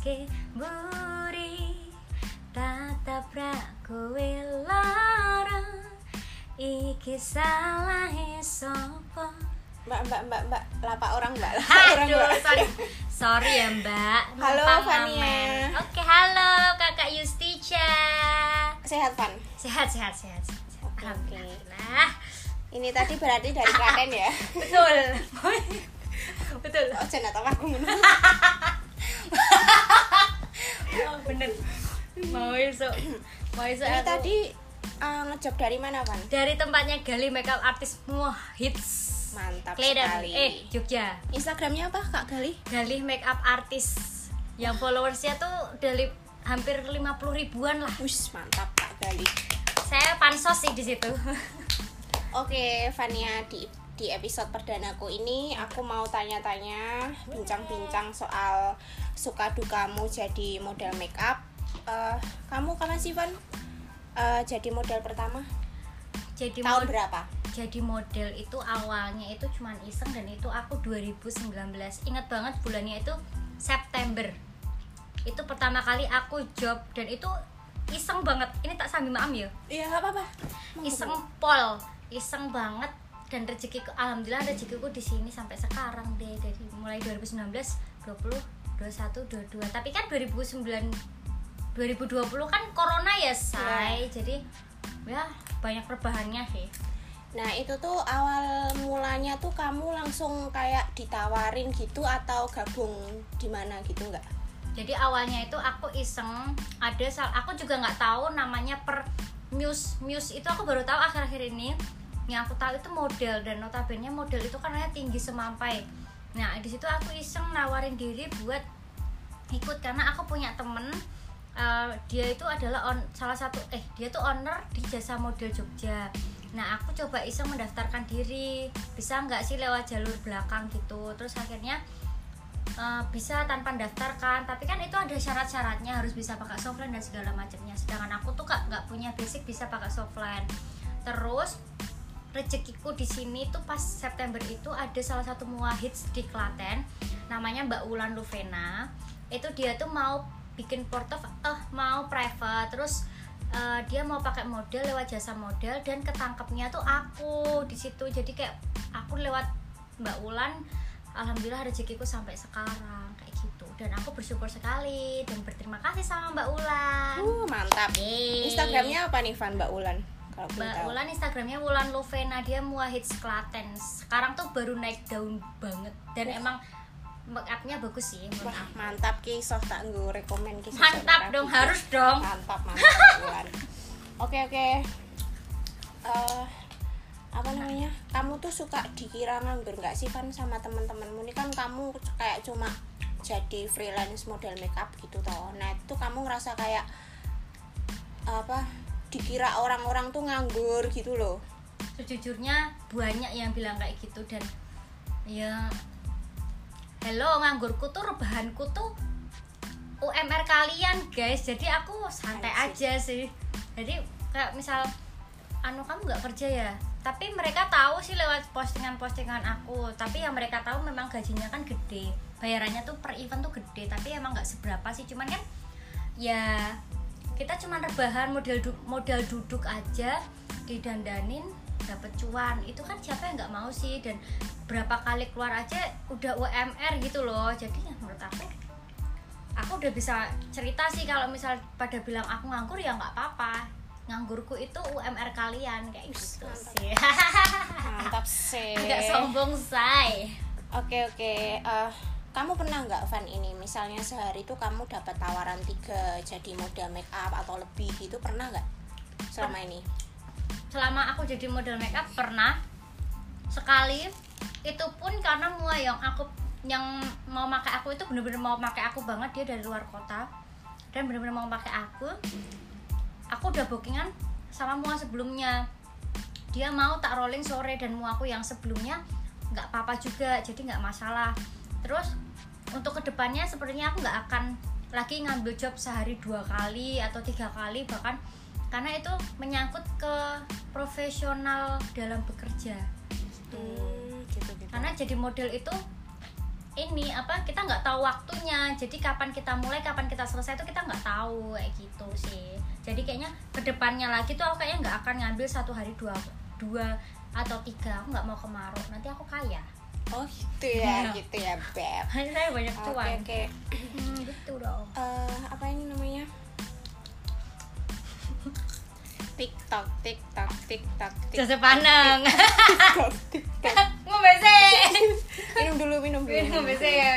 Meski buri tatap ra kowe lara, iki salahe sapa? Mbak, lapak orang mbak. Aduh, sorry ya mbak. Halo Numpang Fania. aman. Oke, halo kakak Yustica. Sehat Van? Sehat. Oke. Alhamdulillah. Ini tadi berarti dari Klaten ya? Betul. Betul. Oh jangan apa aku menang. Oh, bener. Mau iso Ini aku. tadi ngejob dari mana Van? Dari tempatnya Gali makeup artist muah hits. Mantap Kledan. sekali. Jogja. Instagramnya apa Kak Gali? Gali makeup artist. Yang followersnya tuh dari hampir 50 ribuan lah. Wih mantap Kak Gali. Saya pansos sih di situ. Oke Vania, di episode perdanaku ini aku mau tanya-tanya, bincang-bincang soal suka dukamu jadi model makeup. Kamu kapan sih Van jadi model pertama? Jadi Tahun berapa? Jadi model itu awalnya itu cuman iseng, dan itu aku 2019. Ingat banget bulannya itu September. Itu pertama kali aku job, dan itu iseng banget. Ini tak sambil maam ya. Iya nggak apa-apa. Iseng banget, dan rezekiku, alhamdulillah rezekiku di sini sampai sekarang deh, dari mulai 2019, 20, 21, 22. Tapi kan 2020 kan corona ya, say. Jadi ya banyak perubahannya sih. Nah itu tuh awal mulanya tuh kamu langsung kayak ditawarin gitu atau gabung di mana gitu nggak? Jadi awalnya itu aku iseng, aku juga nggak tahu namanya Muse itu aku baru tahu akhir-akhir ini. Yang aku tahu itu model, dan notabene model itu kan tinggi semampai. Nah di situ aku iseng nawarin diri buat ikut, karena aku punya temen, dia itu adalah dia tuh owner di Jasa Model Jogja. Nah aku coba iseng mendaftarkan diri, bisa nggak sih lewat jalur belakang gitu. Terus akhirnya bisa tanpa daftarkan, tapi kan itu ada syarat-syaratnya, harus bisa pakai softline dan segala macamnya. Sedangkan aku tuh nggak punya basic bisa pakai softline. Terus rezekiku di sini tuh pas September itu ada salah satu muahits di Klaten, namanya Mbak Wulan Luvena. Itu dia tuh mau bikin mau private, terus dia mau pakai model lewat Jasa Model, dan ketangkepnya tuh aku di situ. Jadi kayak aku lewat Mbak Wulan, alhamdulillah rezekiku sampai sekarang kayak gitu, dan aku bersyukur sekali dan berterima kasih sama Mbak Wulan. Mantap. Yeay. Instagramnya apa nih Van Mbak Wulan? Kalau Mbak Wulan Instagramnya Wulan Lovena, dia muahits Klaten. Sekarang tuh baru naik daun banget, dan emang make upnya bagus sih. Wah mantap ki, soh tak nggo rekomen ki. Mantap dong, harus dong. Mantap Wulan. Oke. Apa namanya? Kamu tuh suka dikira nganggur nggak sih Van sama teman-temanmu? Ini kan kamu kayak cuma jadi freelance model makeup gitu toh. Nah itu kamu ngerasa kayak apa? Dikira orang-orang tuh nganggur gitu loh. Sejujurnya banyak yang bilang kayak gitu, dan ya hello, nganggurku tuh rebahanku tuh UMR kalian guys. Jadi aku santai aja sih. Jadi kayak misal kamu nggak kerja ya, tapi mereka tahu sih lewat postingan aku. Tapi yang mereka tahu memang gajinya kan gede, bayarannya tuh per event tuh gede, tapi emang nggak seberapa sih. Cuman kan ya kita cuma rebahan, modal duduk aja, didandanin dapat cuan. Itu kan siapa yang nggak mau sih, dan berapa kali keluar aja udah UMR gitu loh. Jadi ya menurut aku udah bisa cerita sih, kalau misal pada bilang aku nganggur ya nggak apa-apa. Nganggurku itu UMR kalian kayak gitu sih. Mantap sih. Agak sombong say. Oke. Kamu pernah nggak Van ini misalnya sehari tuh kamu dapat tawaran 3 jadi model make up atau lebih gitu, pernah nggak selama ini? Selama aku jadi model make up pernah sekali. Itu pun karena yang mau pakai aku itu bener-bener mau pakai aku banget. Dia dari luar kota dan bener-bener mau pakai aku udah bookingan sama mua sebelumnya. Dia mau tak rolling sore, dan mua aku yang sebelumnya nggak apa-apa juga, jadi nggak masalah. Terus untuk kedepannya sepertinya aku nggak akan lagi ngambil job sehari 2 kali atau 3 kali bahkan, karena itu menyangkut ke profesional dalam bekerja gitu. Gitu. Karena jadi model itu ini apa, kita nggak tahu waktunya, jadi kapan kita mulai kapan kita selesai itu kita nggak tahu kayak gitu sih. Jadi kayaknya kedepannya lagi tuh aku kayaknya nggak akan ngambil 1 hari 2 atau 3, aku nggak mau kemaruk, nanti aku kaya. Oh gitu ya, gitu ya Beb. Saya banyak cuan. Oke. Gitu dong. Apa ini namanya? TikTok. Jasa paneng. TikTok. Ngomese. Minum dulu. Ngomese ya.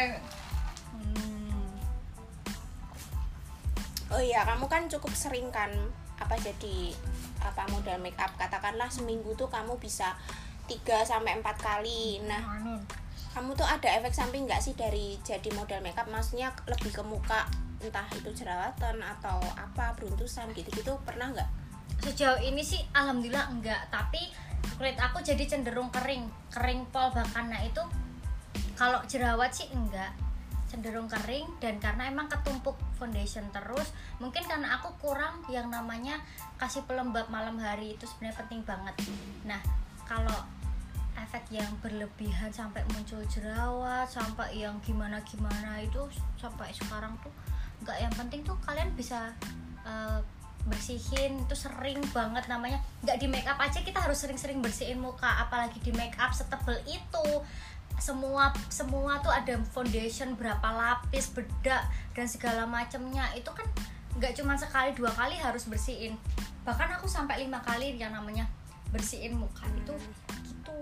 Oh iya, kamu kan cukup sering kan jadi model make up. Katakanlah seminggu tuh kamu bisa 3-4 kali. Nah, kamu tuh ada efek samping nggak sih dari jadi model make up? Maksudnya lebih ke muka, entah itu jerawatan atau apa, beruntusan gitu-gitu, pernah nggak? Sejauh ini sih alhamdulillah enggak, tapi kulit aku jadi cenderung kering pol bahkan. Nah itu kalau jerawat sih enggak, cenderung kering, dan karena emang ketumpuk foundation terus, mungkin karena aku kurang yang namanya kasih pelembab malam hari, itu sebenarnya penting banget. Nah kalau efek yang berlebihan sampai muncul jerawat, sampai yang gimana itu sampai sekarang tuh enggak. Yang penting tuh kalian bisa bersihin, itu sering banget namanya. Nggak di make up aja kita harus sering-sering bersihin muka, apalagi di make up setebel itu. Semua tuh ada foundation berapa lapis, bedak dan segala macamnya, itu kan nggak cuma sekali 2 kali harus bersihin, bahkan aku sampai 5 kali yang namanya bersihin muka itu gitu.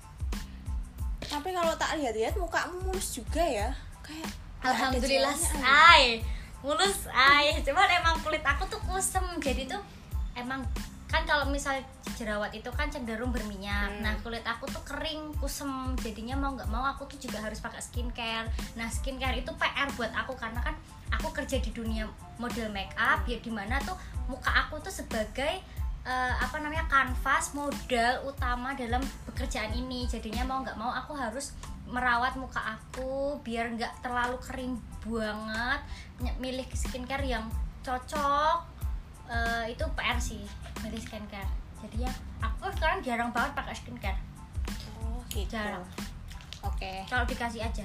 Tapi kalau tak lihat mukamu mulus juga ya, kayak alhamdulillah mulus cuman emang kulit aku tuh kusem, jadi tuh emang kan kalau misalnya jerawat itu kan cenderung berminyak. Nah kulit aku tuh kering kusem, jadinya mau nggak mau aku tuh juga harus pakai skincare. Nah skincare itu PR buat aku karena kan aku kerja di dunia model make up ya, dimana tuh muka aku tuh sebagai kanvas modal utama dalam pekerjaan ini. Jadinya mau nggak mau aku harus merawat muka aku biar nggak terlalu kering banget, milih skincare yang cocok. Itu PR sih, milih skincare. Jadi ya aku sekarang jarang banget pakai skincare. Oh gitu. Jarang. Oke. Kalau dikasih aja.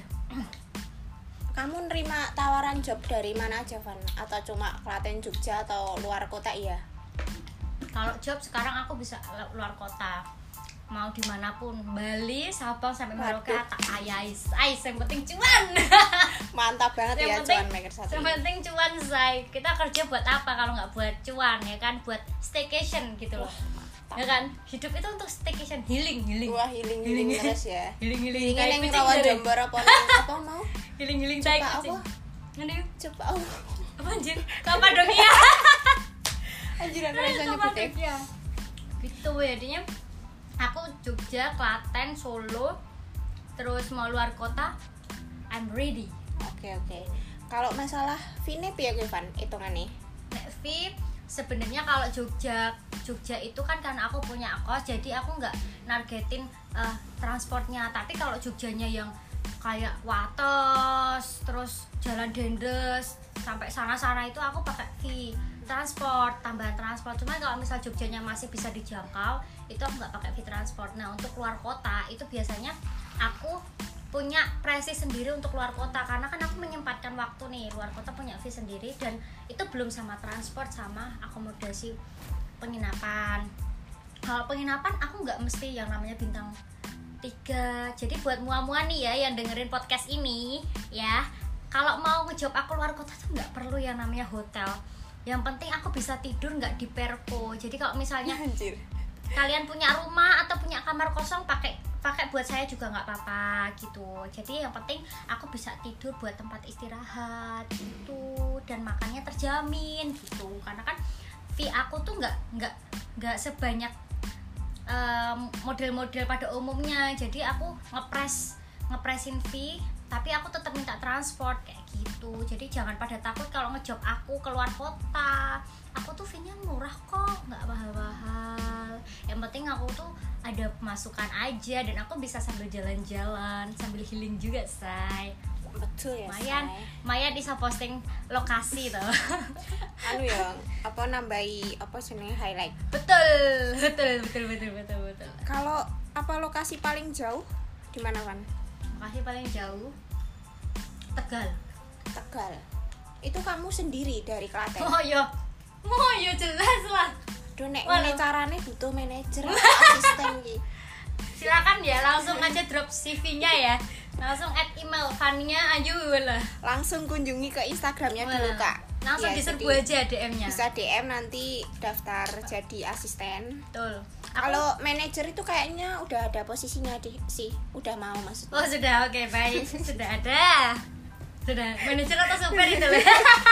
Kamu nerima tawaran job dari mana aja, Van? Atau cuma Klaten, Jogja atau luar kota iya? Kalau job sekarang aku bisa luar kota, mau dimanapun, Bali, Sabang sampai Merauke, tak ayais, yang penting cuan. Mantap banget ya cuan maker satu. Yang penting cuan, say. Kita kerja buat apa kalau nggak buat cuan, ya kan? Buat staycation gitu loh. Ya kan? Hidup itu untuk staycation, healing. Wah, healing terus ya. Healing. Ingin yang rawan Jember apa mau? Healing tai kucing. Aduh, coba apa anjir? Kapadokia. Anjir, aku bisa nyebut ya. Gitu ya, jadinya aku Jogja, Klaten, Solo, terus mau luar kota, I'm ready. Oke. Kalau masalah Vine ya Van, hitungannya? Nek V sebenarnya kalau Jogja itu kan karena aku punya kos, jadi aku nggak nargetin transportnya. Tapi kalau Jogjanya yang kayak Wates, terus Jalan Dendes sampai sana itu aku pakai V transport, tambahan transport. Cuma kalau misal Jogjanya masih bisa dijangkau, itu aku nggak pakai V transport. Nah untuk luar kota itu biasanya aku punya presi sendiri untuk luar kota, karena kan aku menyempatkan waktu nih, luar kota punya V sendiri, dan itu belum sama transport sama akomodasi penginapan. Kalau penginapan aku nggak mesti yang namanya bintang 3. Jadi buat mua-mua nih ya yang dengerin podcast ini ya, kalau mau ngejob aku luar kota tuh nggak perlu yang namanya hotel. Yang penting aku bisa tidur nggak di perko. Jadi kalau misalnya kalian punya rumah atau punya kamar kosong, pakai buat saya juga nggak apa-apa gitu. Jadi yang penting aku bisa tidur buat tempat istirahat gitu, dan makannya terjamin gitu. Karena kan fee aku tuh nggak sebanyak model-model pada umumnya. Jadi aku ngepresin fee, tapi aku tetap minta transport kayak gitu. Jadi jangan pada takut kalau ngejob aku keluar kota. Aku tuh fee-nya murah kok, nggak mahal-mahal. Yang penting aku tuh ada pemasukan aja, dan aku bisa sambil jalan-jalan, sambil healing juga, say. Betul ya, Maya bisa posting lokasi tuh. Nambahi jenenge highlight. Betul. Kalau lokasi paling jauh di mana, Van? Lokasi paling jauh Tegal. Itu kamu sendiri dari Klaten? Oh iya jelas lah. Duh, nek ngene carane butuh manajer asisten iki. Silakan ya, langsung aja drop CV-nya ya. Langsung add email Fania Ayu lah. Langsung kunjungi ke Instagramnya dulu Kak. Langsung ya, diserbu aja DM-nya. Bisa DM nanti daftar jadi asisten. Betul. Kalau manajer itu kayaknya udah ada posisinya sih, udah mau maksudnya. Oh sudah, oke baik, sudah ada. Sudah, manajer atau super itu loh.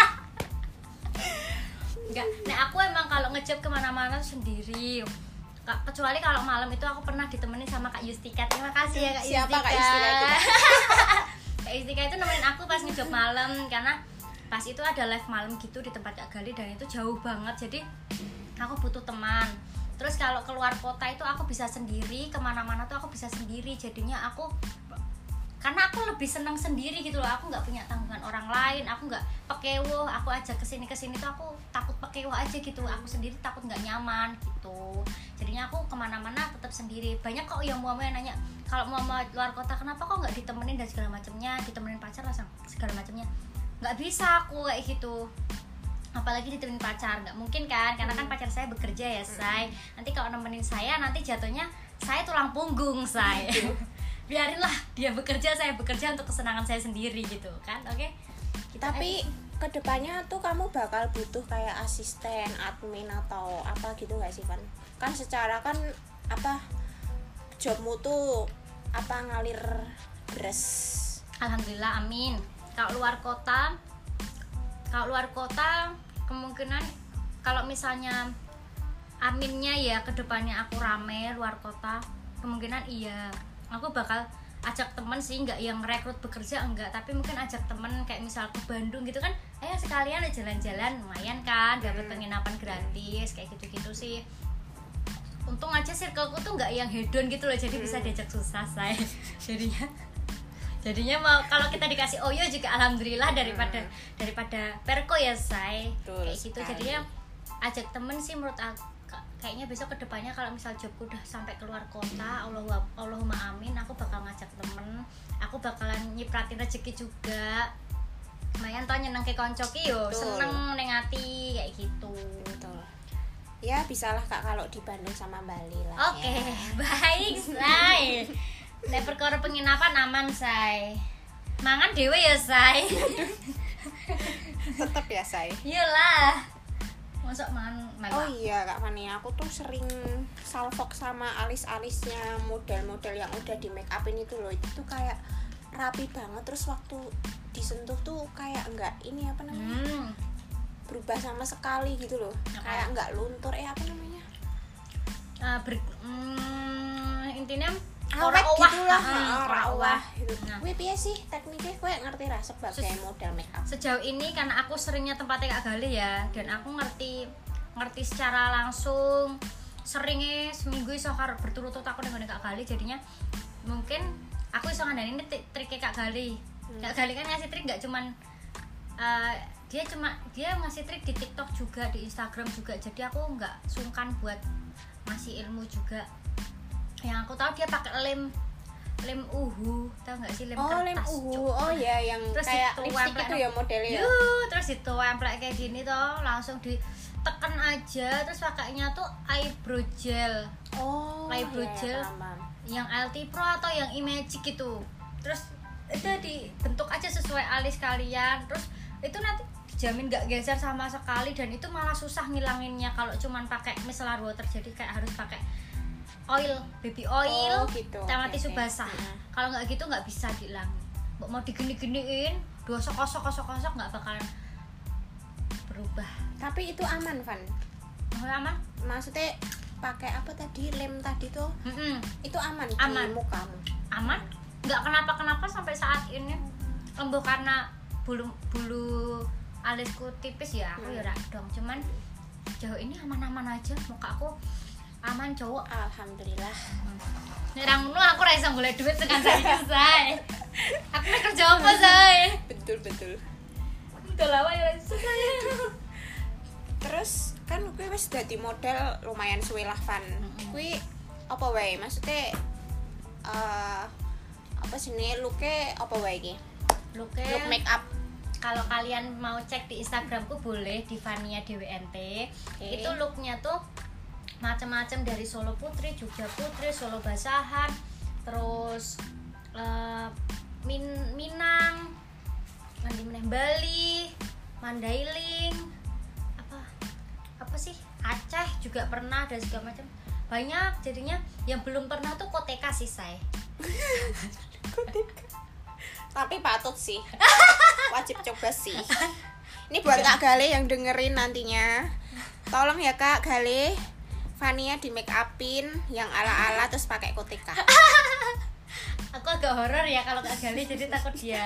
Enggak, nah aku emang kalau ngejob kemana-mana sendiri. Kecuali kalau malam itu aku pernah ditemenin sama Kak Yustika. Terima kasih ya Kak Yustika. Siapa Kak Yustika itu? Kak Yustika itu nemenin aku pas ngejob malam, karena pas itu ada live malam gitu di tempat Kak Gali dan itu jauh banget, jadi aku butuh teman. Terus kalau keluar kota itu aku bisa sendiri, kemana-mana tuh aku bisa sendiri, jadinya karena aku lebih senang sendiri gitu loh. Aku nggak punya tanggungan orang lain, aku nggak pekewo, aku ajak kesini tuh aku takut pekewo aja gitu, aku sendiri takut nggak nyaman gitu. Jadinya aku kemana-mana tetap sendiri. Banyak kok yang mau nanya, kalau mau luar kota kenapa kok nggak ditemenin dan segala macamnya, ditemenin pacar lah segala macamnya. Nggak bisa aku kayak gitu, apalagi ditemenin pacar, nggak mungkin kan, karena kan pacar saya bekerja ya say. Nanti kalau nemenin saya nanti jatuhnya saya tulang punggung say. Biarinlah dia bekerja, saya bekerja untuk kesenangan saya sendiri gitu kan. Oke. Tapi kedepannya tuh kamu bakal butuh kayak asisten, admin atau apa gitu nggak sih Van? Kan secara kan apa jobmu tuh apa ngalir beres. Alhamdulillah, amin. Kalau luar kota kemungkinan kalau misalnya aminnya ya kedepannya aku rame luar kota, kemungkinan iya aku bakal ajak temen sih, nggak yang rekrut bekerja enggak, tapi mungkin ajak temen kayak misal ke Bandung gitu kan, ayo sekalian jalan-jalan, lumayan kan dapat penginapan gratis kayak gitu-gitu sih. Untung aja circleku tuh nggak yang hedon gitu loh, jadi bisa diajak susah saya. jadinya mau kalau kita dikasih oyo juga alhamdulillah daripada perko ya say kayak gitu. Jadinya ajak temen sih menurut aku. Kayaknya besok kedepannya kalau misal jobku udah sampai keluar kota, Allahumma amin, aku bakal ngajak temen, aku bakalan nyipratin rezeki juga, lumayan toh nyeneng ke konco ki yo, seneng ning ati kayak gitu. Betul. Ya bisalah Kak kalau di Bandung sama Bali lah. Oke, baik say. Nek perkara penginapan aman say, mangan dewe ya say. Tetep ya say. Iyalah. Masuk Oh iya Kak Fani, aku tuh sering salfok sama alis-alisnya model-model yang udah di make upin itu loh. Itu tuh kayak rapi banget, terus waktu disentuh tuh kayak enggak ini apa namanya, berubah sama sekali gitu loh. Kayak enggak luntur apa namanya, intinya awet gitu lah, ora gitu. Nah, Wih piye sih tekniknya, kowe ngerti lah sebagai model make up? Sejauh ini karena aku seringnya tempatnya Kak Gali ya, dan aku ngerti secara langsung, seringnya seminggu iso berturut-turut aku dengan Kak Gali, jadinya mungkin aku iso ngandani ini triknya Kak Gali. Kak Gali kan ngasih trik nggak cuman dia ngasih trik di TikTok juga, di Instagram juga, jadi aku nggak sungkan buat ngasih ilmu juga. Yang aku tahu dia pakai lem uhu, tau nggak sih, lem kertas. Lem uhu. Oh ya, yang terus kayak lipstick itu ya modelnya. Terus ditempel kayak gini toh, langsung ditekan aja, terus pakainya tuh eyebrow gel. Eyebrow gel yang LT Pro atau yang Imagic gitu. Terus itu dibentuk aja sesuai alis kalian. Terus itu nanti dijamin nggak geser sama sekali, dan itu malah susah ngilanginnya kalau cuman pakai micellar water. Jadi kayak harus pakai baby oil gitu, sama tisu basah. Kalau nggak gitu nggak bisa dihilangin. Mau digini-giniin, kosok nggak bakalan berubah. Tapi itu aman Van? Aman? Maksudnya pakai apa tadi, lem tadi tuh? Itu aman di mukamu? Aman, nggak kenapa-kenapa sampai saat ini. Lembuh karena bulu alisku tipis ya, aku ya dong. Cuman jauh ini aman-aman aja, muka aku aman cowok. Alhamdulillah. Nek ra ngono aku ra iso golek duit tekan saiki say. Aku nek kerja apa say? Betul. Udah lama ya iso say. Terus kan kuwi wis dadi model lumayan suwe lah Van. Kuwi apa wae? Maksudnya apa sih look-e apa wae iki? look make up. Kalau kalian mau cek di Instagramku boleh di Vania DWNT. Itu looknya tuh macam-macam, dari Solo Putri, Jogja Putri, Solo Basahan, terus Minang, Bali, Mandailing, apa sih, Aceh juga pernah, dan segala macam, banyak. Jadinya yang belum pernah tuh Koteka sih saya. Tapi patut sih, wajib coba sih. Ini buat Kak Gale yang dengerin nantinya, tolong ya Kak Gale, Vania di make upin yang ala-ala terus pakai Koteka. Aku agak horor ya kalau Kak Gali, jadi takut dia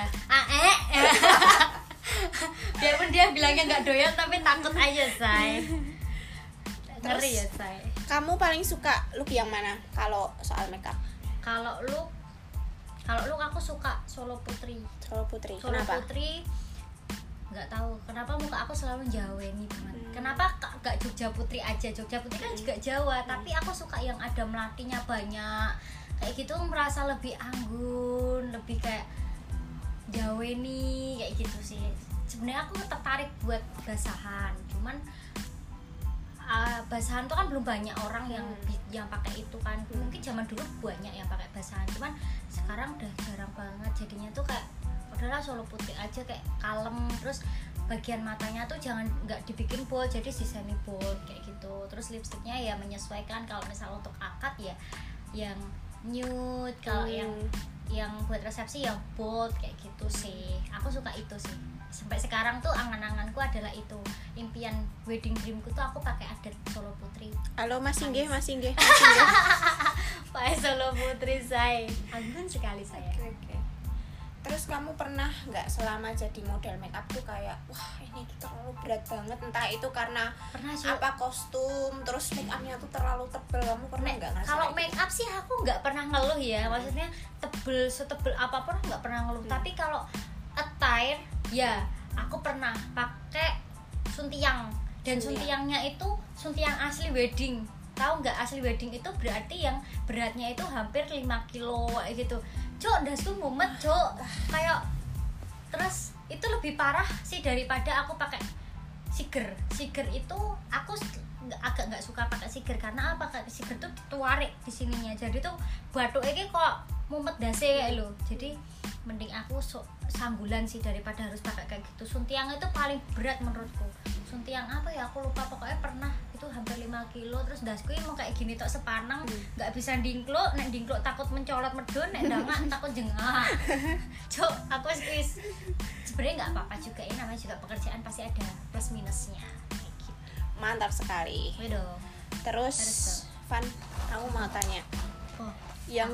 biarpun dia bilangnya nggak doyan tapi takut aja say. Ngeri ya say. Kamu paling suka look yang mana kalau soal make up? Kalau look aku suka Solo Putri. Kenapa? Putri nggak tahu kenapa muka aku selalu Jaweni banget. Kenapa nggak Jogja Putri aja? Jogja Putri kan juga Jawa, tapi aku suka yang ada melatinya banyak kayak gitu, merasa lebih anggun, lebih kayak Jaweni kayak gitu sih. Sebenarnya aku tertarik buat Basahan, cuman Basahan tuh kan belum banyak orang yang pakai itu kan. Mungkin zaman dulu banyak yang pakai Basahan, cuman sekarang udah jarang banget. Jadinya tuh kayak udahlah Solo Putri aja, kayak kalem. Terus bagian matanya tuh nggak dibikin bold, jadi sisanya bold kayak gitu. Terus lipstiknya ya menyesuaikan. Kalau misalnya untuk akad ya yang nude, kalau yang buat resepsi yang bold kayak gitu sih. Aku suka itu sih. Sampai sekarang tuh angan-anganku adalah itu. Impian wedding dreamku tuh aku pakai adat Solo Putri. Halo Mas Inggih. Pakai Solo Putri saya. Anggun sekali saya. Okay. Terus kamu pernah nggak selama jadi model make up tuh kayak wah ini tuh terlalu berat banget, entah itu karena apa kostum, terus make upnya tuh terlalu tebel, kamu pernah nggak ngerasain? Kalau make up sih aku nggak pernah ngeluh ya, maksudnya setebel apapun nggak pernah ngeluh. Tapi kalau attire ya aku pernah pakai suntiang, dan suntiangnya itu suntiang asli wedding. Tahu nggak, asli wedding itu berarti yang beratnya itu hampir 5 kilo gitu. Cok, dasku mumet cok, kayak terus itu lebih parah sih daripada aku pakai siger itu. Aku agak nggak suka pakai siger karena apa, pakai siger tuh dituarik di sininya, jadi tuh batuk ini kok mumet dase kayak lo. Jadi mending aku sanggulan sih daripada harus pakai kayak gitu. Suntiang itu paling berat menurutku. Suntiang apa ya aku lupa, pokoknya pernah itu hampir 5 kilo. Terus dasku mau kayak gini tok sepanang, nggak bisa dingkluk, nek dingkluk takut mencolot medun, nek ndangak takut jengah. Cuk, aku wis sebenarnya nggak apa-apa juga, ini namanya juga pekerjaan, pasti ada plus minusnya kayak gitu. Mantap sekali. Wedo. Terus Van, aku mau tanya, yang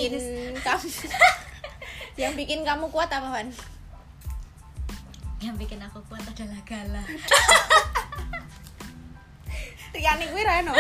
bikin kamu kuat apa, Van? Yang bikin aku kuat adalah Gala. Riani gue Reno.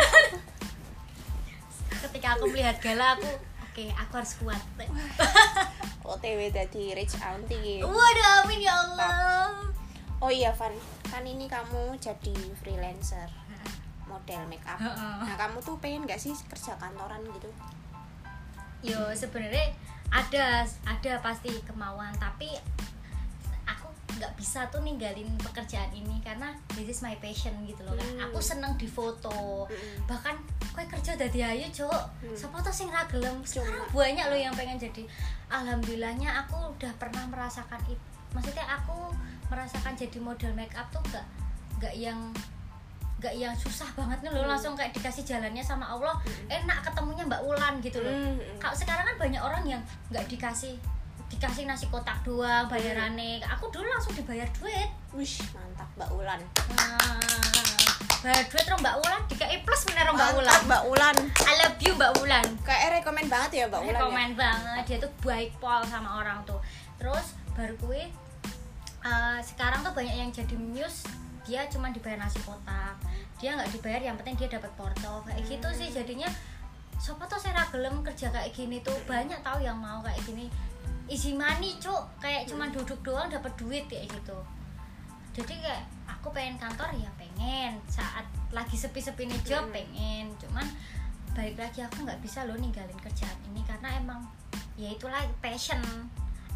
Ketika aku melihat Gala, aku harus kuat. OTW dari Rich Auntie. Waduh, amin ya Allah. Oh iya Van, kan ini kamu jadi freelancer model make up. Nah kamu tuh pengen gak sih kerja kantoran gitu? Yo sebenarnya ada pasti kemauan, tapi aku nggak bisa tuh ninggalin pekerjaan ini karena this is my passion gitu loh kan. Aku seneng di foto, bahkan kowe kerja dadi ayu cok, siapa tuh sing ra gelem. Sekarang banyak loh yang pengen jadi. Alhamdulillahnya aku udah pernah merasakan itu. Maksudnya aku merasakan jadi model make up tuh nggak yang susah banget nih loh, langsung kayak dikasih jalannya sama Allah, enak ketemunya Mbak Ulan gitu loh. Kalau sekarang kan banyak orang yang nggak dikasih nasi kotak doang bayarannya. Aku dulu langsung dibayar duit. Wih mantap Mbak Ulan. Bayar duit rong Mbak Ulan, dikai plus bener Mbak Ulan. Mbak Ulan. I love you Mbak Ulan. Kayak rekomen banget ya Mbak Ulan. Rekomen banget, dia tuh baik pol sama orang tuh. Terus baru gue sekarang tuh banyak yang jadi muse, dia cuma dibayar nasi kotak, dia nggak dibayar, yang penting dia dapat porto kayak gitu sih. Jadinya siapa tuh saya gelem kerja kayak gini tuh, banyak tahu yang mau kayak gini, easy money cuk, kayak cuma duduk doang dapat duit kayak gitu. Jadi kayak aku pengen kantor ya pengen, saat lagi sepi-sepi nih job pengen, cuman balik lagi aku nggak bisa loh ninggalin kerjaan ini karena emang ya itulah passion.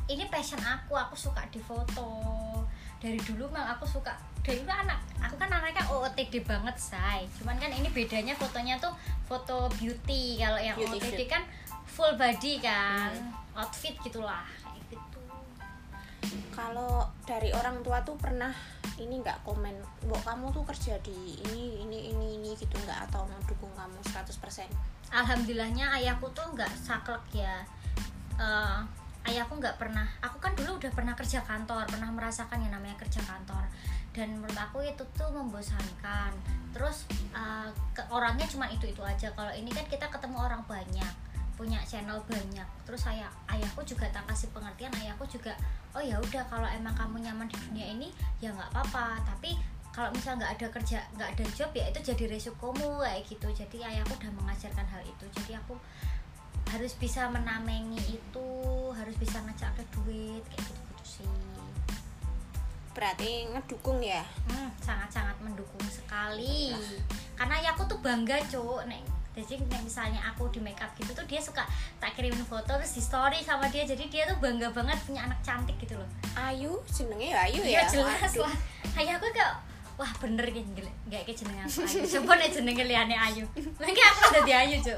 ini passion aku suka di foto dari dulu. Memang aku suka dari dulu. Aku kan anaknya OOTD banget say, cuman kan ini bedanya fotonya tuh foto beauty. Kalau yang Beauty OOTD shoot. kan full body kan, outfit gitulah kayak gitu. Kalau dari orang tua tuh pernah ini nggak komen, "Mbok kamu tuh kerja di ini gitu nggak?" Atau mendukung kamu 100%? Alhamdulillahnya ayahku tuh nggak saklek ya. Ayahku nggak pernah. Aku kan dulu udah pernah kerja kantor, pernah merasakan yang namanya kerja kantor, dan menurut aku itu tuh membosankan. Terus orangnya cuma itu aja. Kalau ini kan kita ketemu orang banyak, punya channel banyak. Terus ayahku juga tak kasih pengertian. Ayahku juga, oh ya udah, kalau emang kamu nyaman di dunia ini ya nggak apa-apa, tapi kalau misal nggak ada kerja, nggak ada job, ya itu jadi resikomu kayak gitu. Jadi ayahku udah mengajarkan hal itu. Jadi aku harus bisa menamengi itu, harus bisa ngajak ke duit kayak gitu sih. Berarti ngedukung ya? Sangat-sangat mendukung sekali. Karena ayahku tuh bangga Cuk. Jadi misalnya aku di make up gitu tuh dia suka tak kirimin foto terus di story sama dia. Jadi dia tuh bangga banget punya anak cantik gitu loh. Ayu, jenenge ya Ayu Iya ya? jelas Waduh. lah. Ayahku kayak wah bener kayak gak kayak jeneng aku Ayu. Coba nek jenenge liyane Ayu. Lagi aku udah di Ayu, Cuk.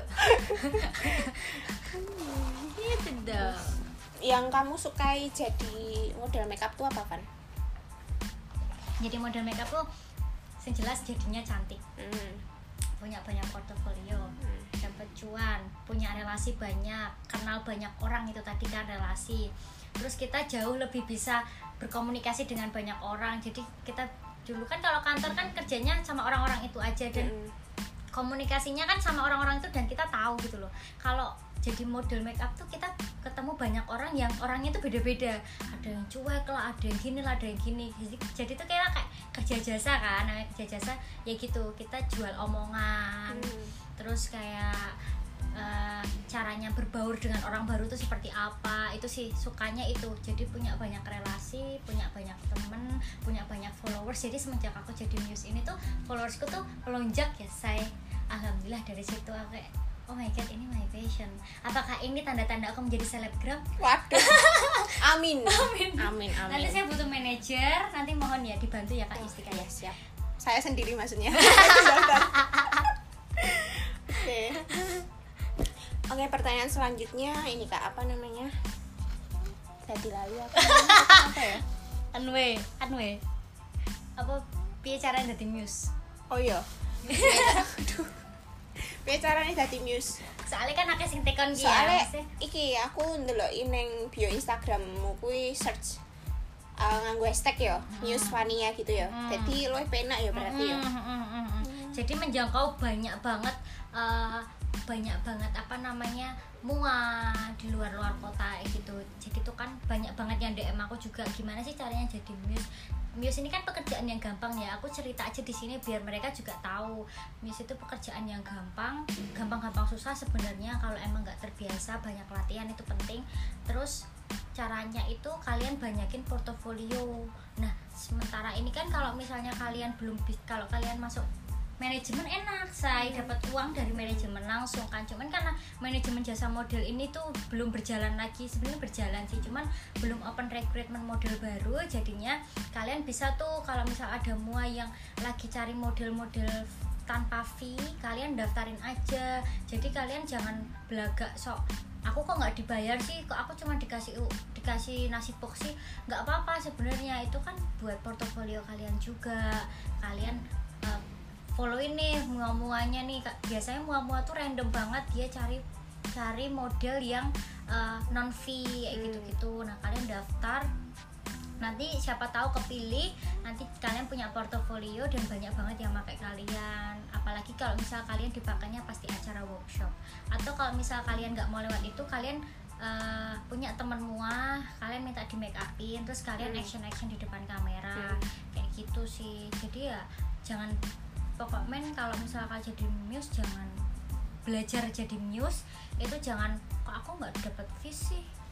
Gitu dong. Yang kamu sukai jadi model makeup tuh apa kan? Jadi model makeup tuh yang jelas jadinya cantik, punya banyak portofolio, dapat cuan, punya relasi banyak, kenal banyak orang, itu tadi kan relasi. Terus kita jauh lebih bisa berkomunikasi dengan banyak orang. Jadi kita dulu kan kalau kantor kan kerjanya sama orang-orang itu aja, dan komunikasinya kan sama orang-orang itu, dan kita tahu gitu loh. Kalau jadi model make up tuh kita ketemu banyak orang yang orangnya tuh beda-beda, ada yang cuek lah, ada yang gini lah, ada yang gini. Jadi tuh kayak kerja jasa kan, namanya kerja jasa ya gitu. Kita jual omongan, terus kayak caranya berbaur dengan orang baru tuh seperti apa, itu sih sukanya itu. Jadi punya banyak relasi, punya banyak temen, punya banyak followers. Jadi semenjak aku jadi Muse ini tuh followersku tuh melonjak ya say. Alhamdulillah dari situ aku kayak, oh my god, ini my passion. Apakah ini tanda-tanda aku menjadi selebgram? Waduh. Amin. Amin. Nanti saya butuh manajer, nanti mohon ya dibantu ya Kak Yustika ya. Siap. Saya sendiri maksudnya. Oke, pertanyaan selanjutnya ini Kak, apa namanya? Tadi lalu apa ya? Anwe. Apa piye caranya dadi Muse? Oh iya. Aduh. Piye carane dadi Muse? Soalnya kan akeh sing tekon ki ya. Soalnya maksudnya. iki aku ndelok ning bio Instagrammu kuwi search nganggo hashtag ya, Muse Fania gitu ya. Jadi luwih penak ya berarti ya. Jadi menjangkau banyak banget apa namanya mua di luar kota gitu. Jadi tuh kan banyak banget yang DM aku juga, gimana sih caranya jadi Muse. Muse ini kan pekerjaan yang gampang ya. Aku cerita aja di sini biar mereka juga tahu. Muse itu pekerjaan yang gampang susah sebenarnya. Kalau emang nggak terbiasa, banyak latihan itu penting. Terus caranya itu kalian banyakin portofolio. Nah, sementara ini kan kalau misalnya kalian kalau kalian masuk manajemen enak, saya dapat uang dari manajemen langsung kan. Cuman karena manajemen jasa model ini tuh belum berjalan lagi, sebenarnya berjalan sih, cuman belum open recruitment model baru. Jadinya kalian bisa tuh kalau misal ada mua yang lagi cari model-model tanpa fee, kalian daftarin aja. Jadi kalian jangan belagak sok, aku kok nggak dibayar sih, kok aku cuma dikasih nasi box sih. Nggak apa-apa sebenarnya, itu kan buat portofolio kalian juga. Kalian follow ini mua-muanya nih. Biasanya mua-mua tuh random banget, dia cari model yang non fee kayak gitu-gitu. Nah, kalian daftar, nanti siapa tahu kepilih, nanti kalian punya portofolio dan banyak banget yang pakai kalian. Apalagi kalau misal kalian dipakainya pasti acara workshop, atau kalau misal kalian nggak mau lewat itu, kalian punya temen mua, kalian minta di make upin, terus kalian action di depan kamera kayak gitu sih. Jadi ya jangan, pokoknya kalau misalkan jadi Muse, jangan belajar jadi Muse itu jangan, kok aku nggak dapat fee sih,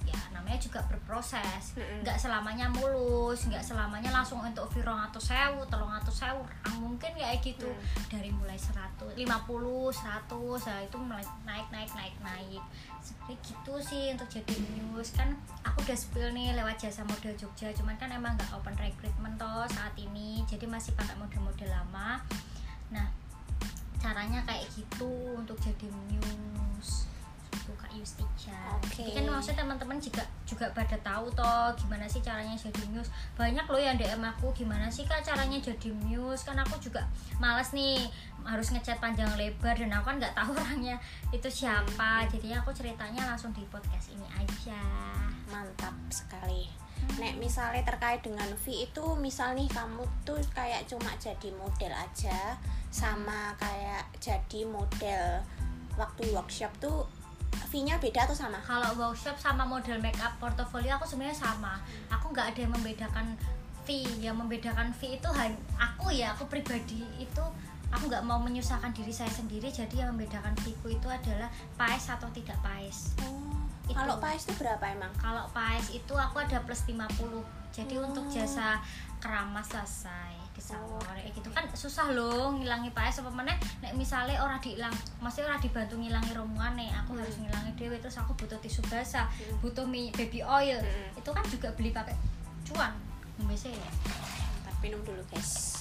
ya namanya juga berproses, nggak selamanya mulus, nggak selamanya langsung untuk viral 100.000, 300.000, mungkin kayak gitu. Dari mulai 100, 50, 100, ya itu mulai naik seperti gitu sih untuk jadi Muse. Kan aku udah spill nih lewat jasa model Jogja, cuman kan emang nggak open recruitment toh saat ini, jadi masih pakai model-model lama. Nah caranya kayak gitu untuk jadi Muse itu Kak Yustika. Jadi kan maksudnya teman-teman juga pada tahu toh gimana sih caranya jadi Muse. Banyak loh yang DM aku, gimana sih Kak caranya jadi Muse. Kan aku juga malas nih harus ngechat panjang lebar dan aku kan nggak tahu orangnya itu siapa. Jadinya aku ceritanya langsung di podcast ini aja. Mantap sekali. Nek misalnya terkait dengan fee itu, misal nih kamu tuh kayak cuma jadi model aja sama kayak jadi model waktu workshop tuh fee-nya beda atau sama? Kalau workshop sama model makeup portofolio aku sebenarnya sama. Aku nggak ada yang membedakan fee. Yang membedakan fee itu aku pribadi itu aku nggak mau menyusahkan diri saya sendiri. Jadi yang membedakan fee-ku itu adalah paes atau tidak paes. Kalau paes itu berapa emang? Kalau paes itu aku ada plus 50. Jadi untuk jasa keramas selesai disalur gitu kan susah loh ngilangi paes apa meneh nek misale ora diilang, maksudnya ora dibantu ngilangi rombongane, aku harus ngilangi dhewe, terus aku butuh tisu basah, butuh baby oil. Itu kan juga beli pakai cuan. Biasa ya. Minum dulu, guys.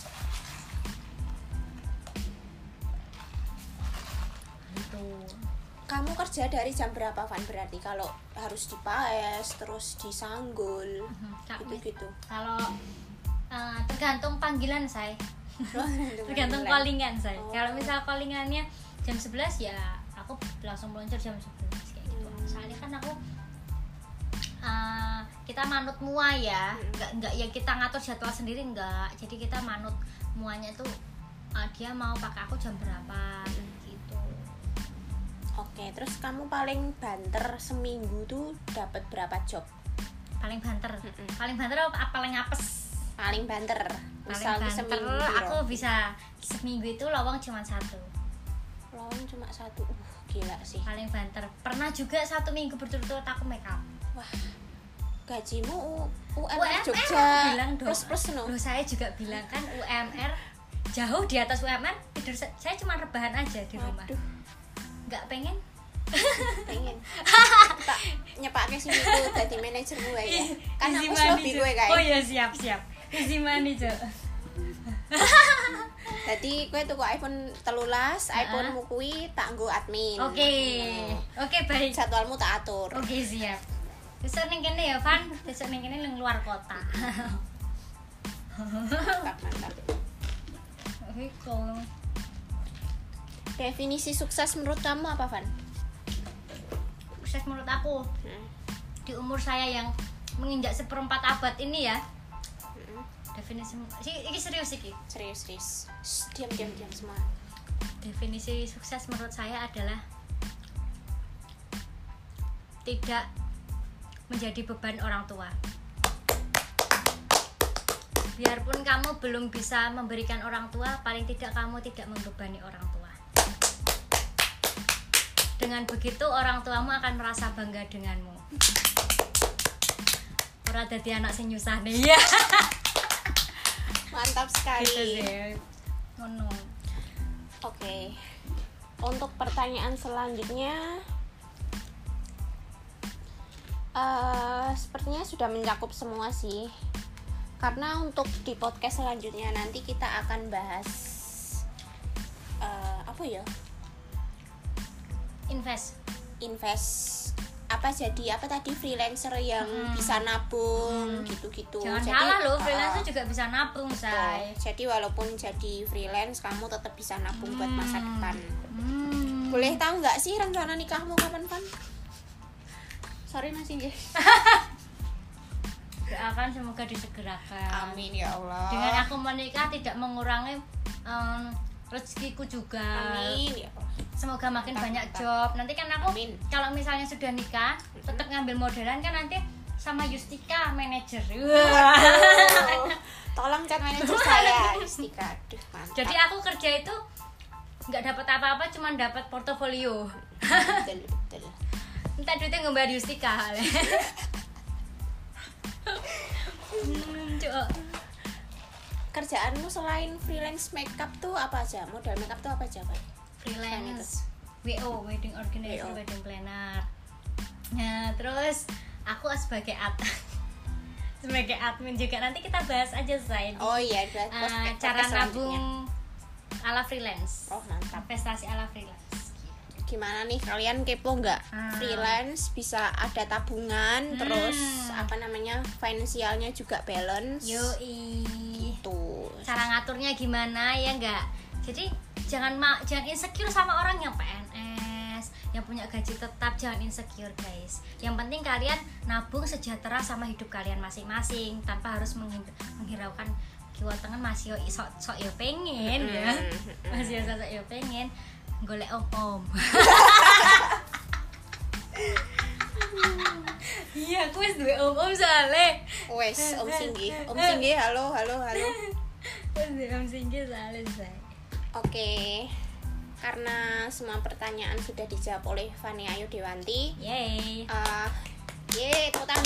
Gitu. Kamu kerja dari jam berapa, Van? Berarti kalau harus dipaes terus disanggul gitu-gitu. Kalau tergantung panggilan saya. Tergantung callingan saya. Kalau misal callingannya jam 11 ya aku langsung meluncur jam 11 kayak gitu. Soalnya kan aku kita manut mua ya. Enggak ya kita ngatur jadwal sendiri enggak. Jadi kita manut muanya tuh dia mau pakai aku jam berapa gitu. Oke, terus kamu paling banter seminggu tuh dapat berapa job? Paling banter. Paling banter apa paling apes? Paling banter. Misal seminggu aku bisa seminggu itu lowong cuma 1. Lowong cuma 1. Gila sih. Paling banter. Pernah juga 1 minggu berturut-turut aku make up. Wah. Gajimu UMR Jogja bilang dong. Plus no. Loh, saya juga bilang kan UMR jauh di atas UMR. Tidur saya cuma rebahan aja di rumah. Nggak pengen. Pengen. Tak nyepake sini tuh dadi manajer gue ya. Kan aku lebih gue kayak. Oh ya siap. Easy money, Cok. Jadi gue tuku iPhone 13, iPhone mu kuwi tak nggo admin. Oke, baik. Jadwalmu tak atur. Oke, siap. Besok ning kene ya, Van. Besok ning kene ning luar kota. Mantap. Definisi sukses menurut kamu apa, Van? Sukses menurut aku di umur saya yang menginjak 1/4 abad ini ya. Definisi ini serius. Diam semua. Definisi sukses menurut saya adalah tidak menjadi beban orang tua. Biarpun kamu belum bisa memberikan orang tua, paling tidak kamu tidak membebani orang tua. Dengan begitu orang tuamu akan merasa bangga denganmu. Ora dadi anak sing nyusah nih. Mantap sekali. Gitu sih. Ngono. Oke. Untuk pertanyaan selanjutnya sepertinya sudah mencakup semua sih. Karena untuk di podcast selanjutnya nanti kita akan bahas apa ya? Invest apa jadi apa tadi freelancer yang bisa nabung gitu-gitu. Jangan salah loh, freelancer juga bisa nabung, say. Jadi walaupun jadi freelance kamu tetap bisa nabung buat masa depan. Boleh tahu nggak sih rencana nikahmu kapan, Van? Sorry masih ya. Doakan semoga disegerakan. Amin ya Allah. Dengan aku menikah tidak mengurangi rezekiku juga. Amin ya Allah. Semoga makin banyak job. Nanti kan aku kalau misalnya sudah nikah tetap ngambil modelan kan nanti sama Yustika manajer. Tolong chat manajer saya Yustika. Aduh, mantap. Jadi aku kerja itu nggak dapat apa-apa, cuma dapat portofolio. Betul. Entar duitnya ngembar Yustika. Cuk. Kerjaanmu selain freelance makeup tuh apa aja? Model makeup tuh apa aja, Pak? Freelance WO, wedding organizer, WO. wedding planner. Nah, terus aku sebagai sebagai admin juga, nanti kita bahas aja saya. Oh iya, cara nabung ala freelance. Oh, mantap. Investasi ala freelance. Gimana nih kalian kepo nggak? Freelance bisa ada tabungan, terus apa namanya, finansialnya juga balance. Yoi. Tuh. Cara ngaturnya gimana ya enggak? Jadi jangan insecure sama orang yang PNS, yang punya gaji tetap, jangan insecure guys. Yang penting kalian nabung sejahtera sama hidup kalian masing-masing tanpa harus menghiraukan kiwa tangan masih sok yo pengen ya. Masih sok yo pengen golek om-om. Iya, aku wis duwe om-om soalnya. Wes, Om Singgi. Om Singgi, halo. Wis duwe om Singgi soalnya saya. Oke. Karena semua pertanyaan sudah dijawab oleh Fani Ayu Dewanti. Yeay. Tepuk tangan.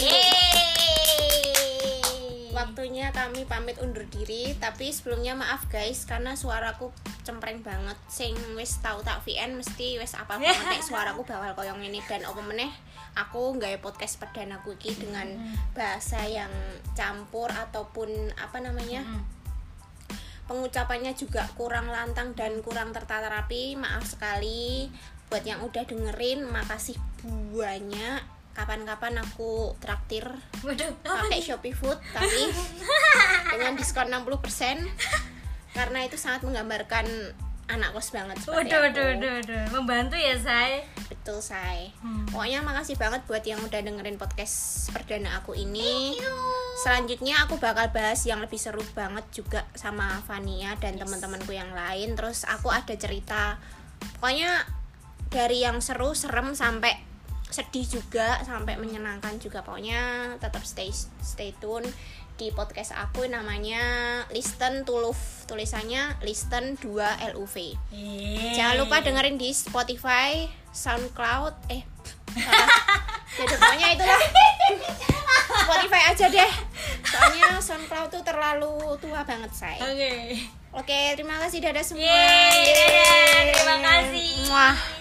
Waktunya kami pamit undur diri, tapi sebelumnya maaf guys karena suaraku cempreng banget. Sing wis tau tak VN mesti wis apal banget nek suaraku bakal koyo ngene. Dan apa meneh aku nggawe podcast perdanaku iki dengan bahasa yang campur ataupun apa namanya? Pengucapannya juga kurang lantang dan kurang tertata rapi. Maaf sekali buat yang udah dengerin, makasih banyak. Kapan-kapan aku traktir pakai Shopee Food tapi dengan diskon 60% karena itu sangat menggambarkan anak kos banget seperti aku. Membantu ya saya. Betul say. Pokoknya makasih banget buat yang udah dengerin podcast perdana aku ini. Selanjutnya aku bakal bahas yang lebih seru banget juga sama Fania dan teman-temanku yang lain. Terus aku ada cerita, pokoknya dari yang seru, serem sampai sedih juga, sampai menyenangkan juga. Pokoknya tetap stay tune di podcast aku, namanya Listen to Love, tulisannya Listen 2 LUV. Jangan lupa dengerin di Spotify, SoundCloud, jadi pokoknya itulah. Spotify aja deh, soalnya SoundCloud tuh terlalu tua banget say. Oke, terima kasih, dadah semua. Dadah, terima kasih. Muah.